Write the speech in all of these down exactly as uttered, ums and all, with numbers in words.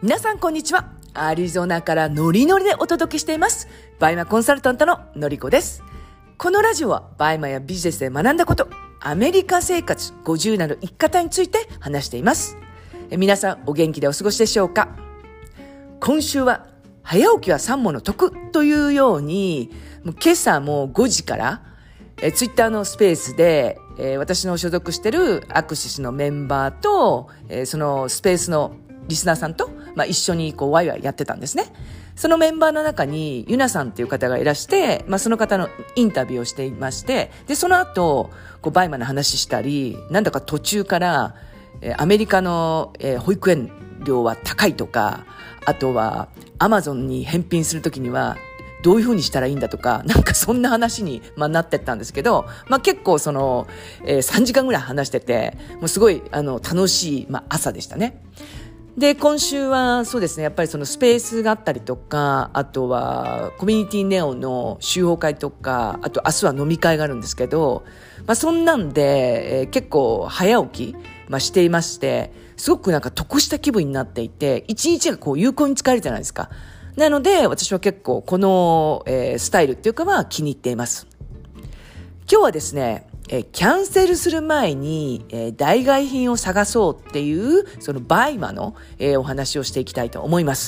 皆さんこんにちは。アリゾナからノリノリでお届けしていますバイマコンサルタントののりこです。このラジオはバイマやビジネスで学んだこと、アメリカ生活ごじゅうなる生き方について話しています。え皆さんお元気でお過ごしでしょうか。今週は早起きは三歩の得というように、もう今朝もごじからえツイッターのスペースで、えー、私の所属しているアクシスのメンバーと、えー、そのスペースのリスナーさんと、まあ、一緒にこうワイワイやってたんですね。そのメンバーの中にユナさんっていう方がいらして、まあ、その方のインタビューをしていまして、でその後こうバイマの話したり、なんだか途中から、えー、アメリカの、えー、保育園料は高いとか、あとはアマゾンに返品するときにはどういう風にしたらいいんだとか、なんかそんな話に、まあ、なってったんですけど、まあ、結構その、えー、さんじかんぐらい話してて、もうすごいあの楽しい、まあ、朝でしたね。で今週はそうですね、やっぱりそのスペースがあったりとか、あとはコミュニティネオの集合会とか、あと明日は飲み会があるんですけど、まあ、そんなんで、えー、結構早起き、まあ、していまして、すごくなんか得した気分になっていて、一日がこう有効に使えるじゃないですか。なので私は結構この、えー、スタイルっていうかは気に入っています。今日はですね、えー、キャンセルする前に、えー、代替品を探そうっていうそのバイマの、えー、お話をしていきたいと思います。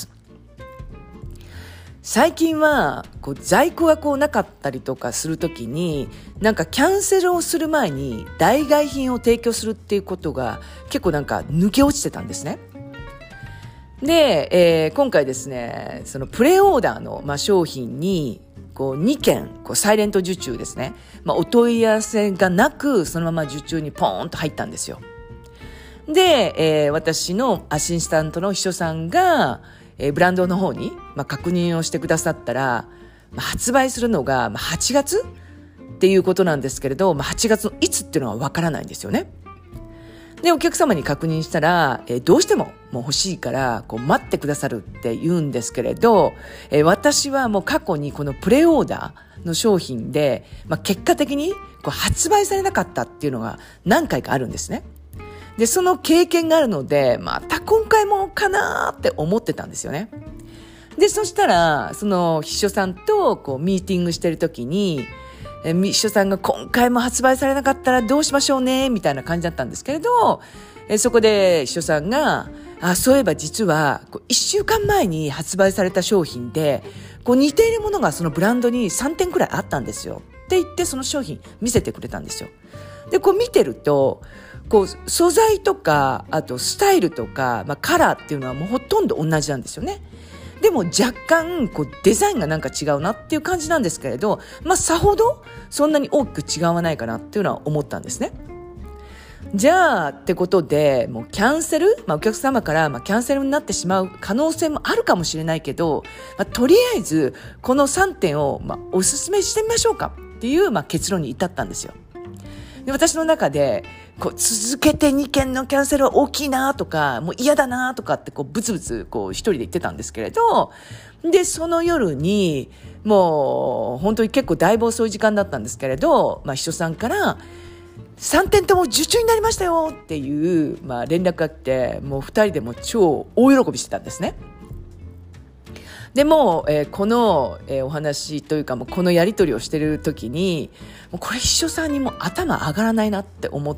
最近はこう在庫がこうなかったりとかするときに、なんかキャンセルをする前に代替品を提供するっていうことが結構なんか抜け落ちてたんですね。で、えー、今回ですね、そのプレオーダーの、まあ、商品にこうにけんこうサイレント受注ですね、まあ、お問い合わせがなくそのまま受注にポーンと入ったんですよ。で、えー、私のアシスタントの秘書さんが、えー、ブランドの方に、まあ、確認をしてくださったら、まあ、発売するのがはちがつっていうことなんですけれど、まあ、はちがつのいつっていうのはわからないんですよね。でお客様に確認したら、えー、どうしてももう欲しいからこう待ってくださるって言うんですけれど、えー、私はもう過去にこのプレオーダーの商品で、まあ、結果的にこう発売されなかったっていうのが何回かあるんですね。でその経験があるので、また今回もかなって思ってたんですよね。でそしたらその秘書さんとこうミーティングしてる時に、え秘書さんが今回も発売されなかったらどうしましょうねみたいな感じだったんですけれど、えそこで秘書さんが、あ、そういえば実はこういっしゅうかんまえに発売された商品でこう似ているものがそのブランドにさんてんくらいあったんですよって言って、その商品見せてくれたんですよ。でこう見てるとこう素材とか、あとスタイルとか、まあ、カラーっていうのはもうほとんど同じなんですよね。でも若干こうデザインがなんか違うなっていう感じなんですけれど、まあ、さほどそんなに大きく違わないかなっていうのは思ったんですね。じゃあってことでもうキャンセル、まあ、お客様からまあキャンセルになってしまう可能性もあるかもしれないけど、まあ、とりあえずこのさんてんをまあおすすめしてみましょうかっていうまあ結論に至ったんですよ。で私の中でこう続けてにけんのキャンセルは大きいなとか、もう嫌だなとかってこうブツブツこう一人で言ってたんですけれど、でその夜にもう本当に結構だいぶ遅い時間だったんですけれど、まあ、秘書さんからさんてんとも受注になりましたよっていう、まあ、連絡があって、もうふたりでも超大喜びしてたんですね。でも、えー、この、えー、お話というかもうこのやり取りをしている時に、もうこれ秘書さんにも頭上がらないなって思って、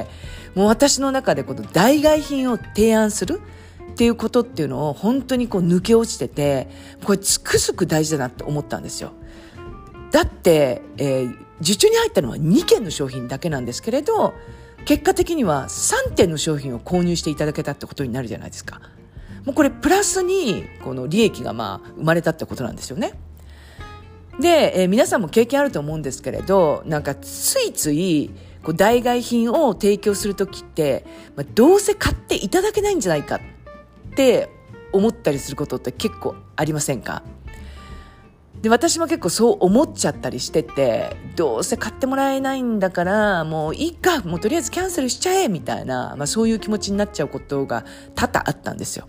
もう私の中でこの代替品を提案するっていうことっていうのを本当にこう抜け落ちてて、これつくづく大事だなって思ったんですよ。だって、えー、受注に入ったのはにけんの商品だけなんですけれど、結果的にはさんてんの商品を購入していただけたってことになるじゃないですか。もうこれプラスにこの利益がまあ生まれたってことなんですよね。で、えー、皆さんも経験あると思うんですけれど、なんかついついこう代替品を提供するときって、まあ、どうせ買っていただけないんじゃないかって思ったりすることって結構ありませんか？で私も結構そう思っちゃったりしてて、どうせ買ってもらえないんだからもういいか、もうとりあえずキャンセルしちゃえみたいな、まあ、そういう気持ちになっちゃうことが多々あったんですよ。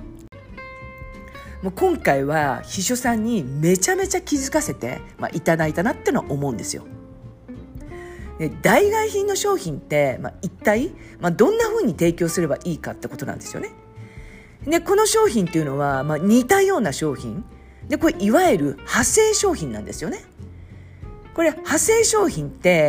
もう今回は秘書さんにめちゃめちゃ気づかせて、まあ、いただいたなってのは思うんですよ。で代替品の商品って、まあ、一体、まあ、どんな風に提供すればいいかってことなんですよね。 で、この商品っていうのは、まあ、似たような商品で、これいわゆる派生商品なんですよね。これ派生商品って、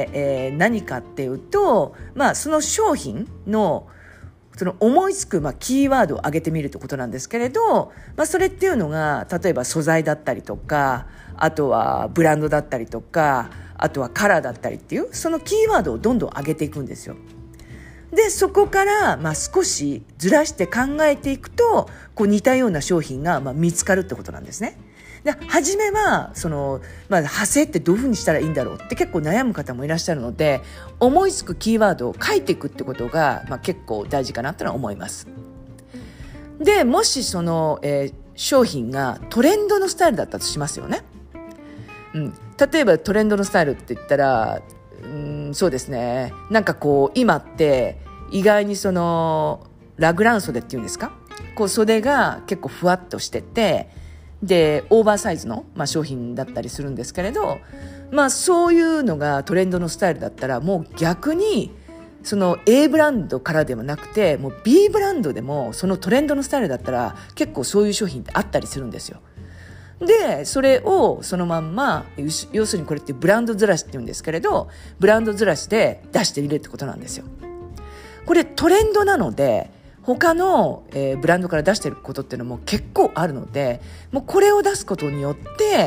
えー、何かっていうと、まあ、その商品のその思いつく、まあ、キーワードを挙げてみるってことなんですけれど、まあ、それっていうのが例えば素材だったりとか、あとはブランドだったりとか、あとはカラーだったりっていうそのキーワードをどんどん上げていくんですよ。でそこから、まあ、少しずらして考えていくと、こう似たような商品が、まあ、見つかるってことなんですね。で初めはその、まあ、派生ってどういうふうにしたらいいんだろうって結構悩む方もいらっしゃるので、思いつくキーワードを書いていくってことが、まあ、結構大事かなってのは思います。でもしその、えー、商品がトレンドのスタイルだったとしますよね。うん、例えばトレンドのスタイルって言ったら、うん、そうですね、なんかこう今って意外にそのラグラン袖っていうんですか、こう袖が結構ふわっとしてて、でオーバーサイズの、まあ、商品だったりするんですけれど、まあ、そういうのがトレンドのスタイルだったら、もう逆にその A ブランドからではなくて、もう B ブランドでもそのトレンドのスタイルだったら結構そういう商品ってあったりするんですよ。でそれをそのまんま、要するにこれってブランドずらしって言うんですけれど、ブランドずらしで出してみるってことなんですよ。これトレンドなので他の、えー、ブランドから出してることっていうのも結構あるので、もうこれを出すことによって、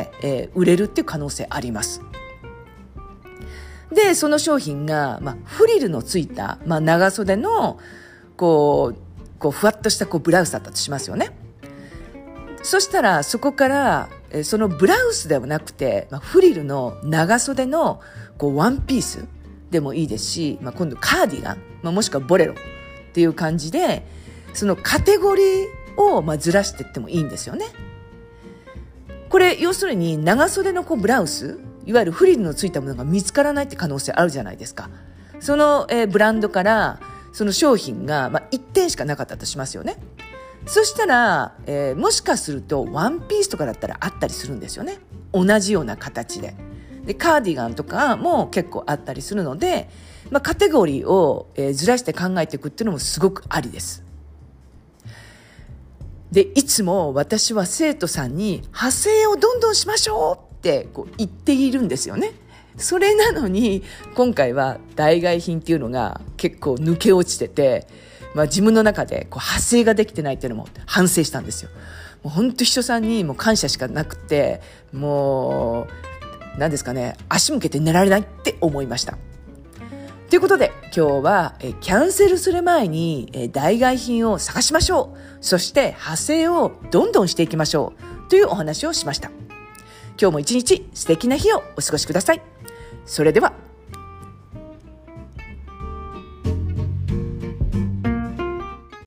えー、売れるっていう可能性あります。でその商品が、まあ、フリルのついた、まあ、長袖のこうこうふわっとしたこうブラウスだったとしますよね。そしたらそこから、えー、そのブラウスではなくて、まあ、フリルの長袖のこうワンピースでもいいですし、まあ、今度カーディガン、まあ、もしくはボレロっていう感じで、そのカテゴリーをまあずらしていってもいいんですよね。これ要するに長袖のこうブラウス、いわゆるフリルのついたものが見つからないって可能性あるじゃないですか。その、えー、ブランドからその商品が、まあ、いってんしかなかったとしますよね。そしたら、えー、もしかするとワンピースとかだったらあったりするんですよね。同じような形で。でカーディガンとかも結構あったりするので、まあ、カテゴリーを、えー、ずらして考えていくっていうのもすごくありです。でいつも私は生徒さんに派生をどんどんしましょうってこう言っているんですよね。それなのに今回は代替品っていうのが結構抜け落ちてて、まあ、自分の中でこう派生ができてないっていうのも反省したんですよ。もう本当秘書さんにもう感謝しかなくて、もう何ですかね、足向けて寝られないって思いました。ということで今日はえキャンセルする前にえ代替品を探しましょう。そして派生をどんどんしていきましょうというお話をしました。今日も一日素敵な日をお過ごしください。それでは。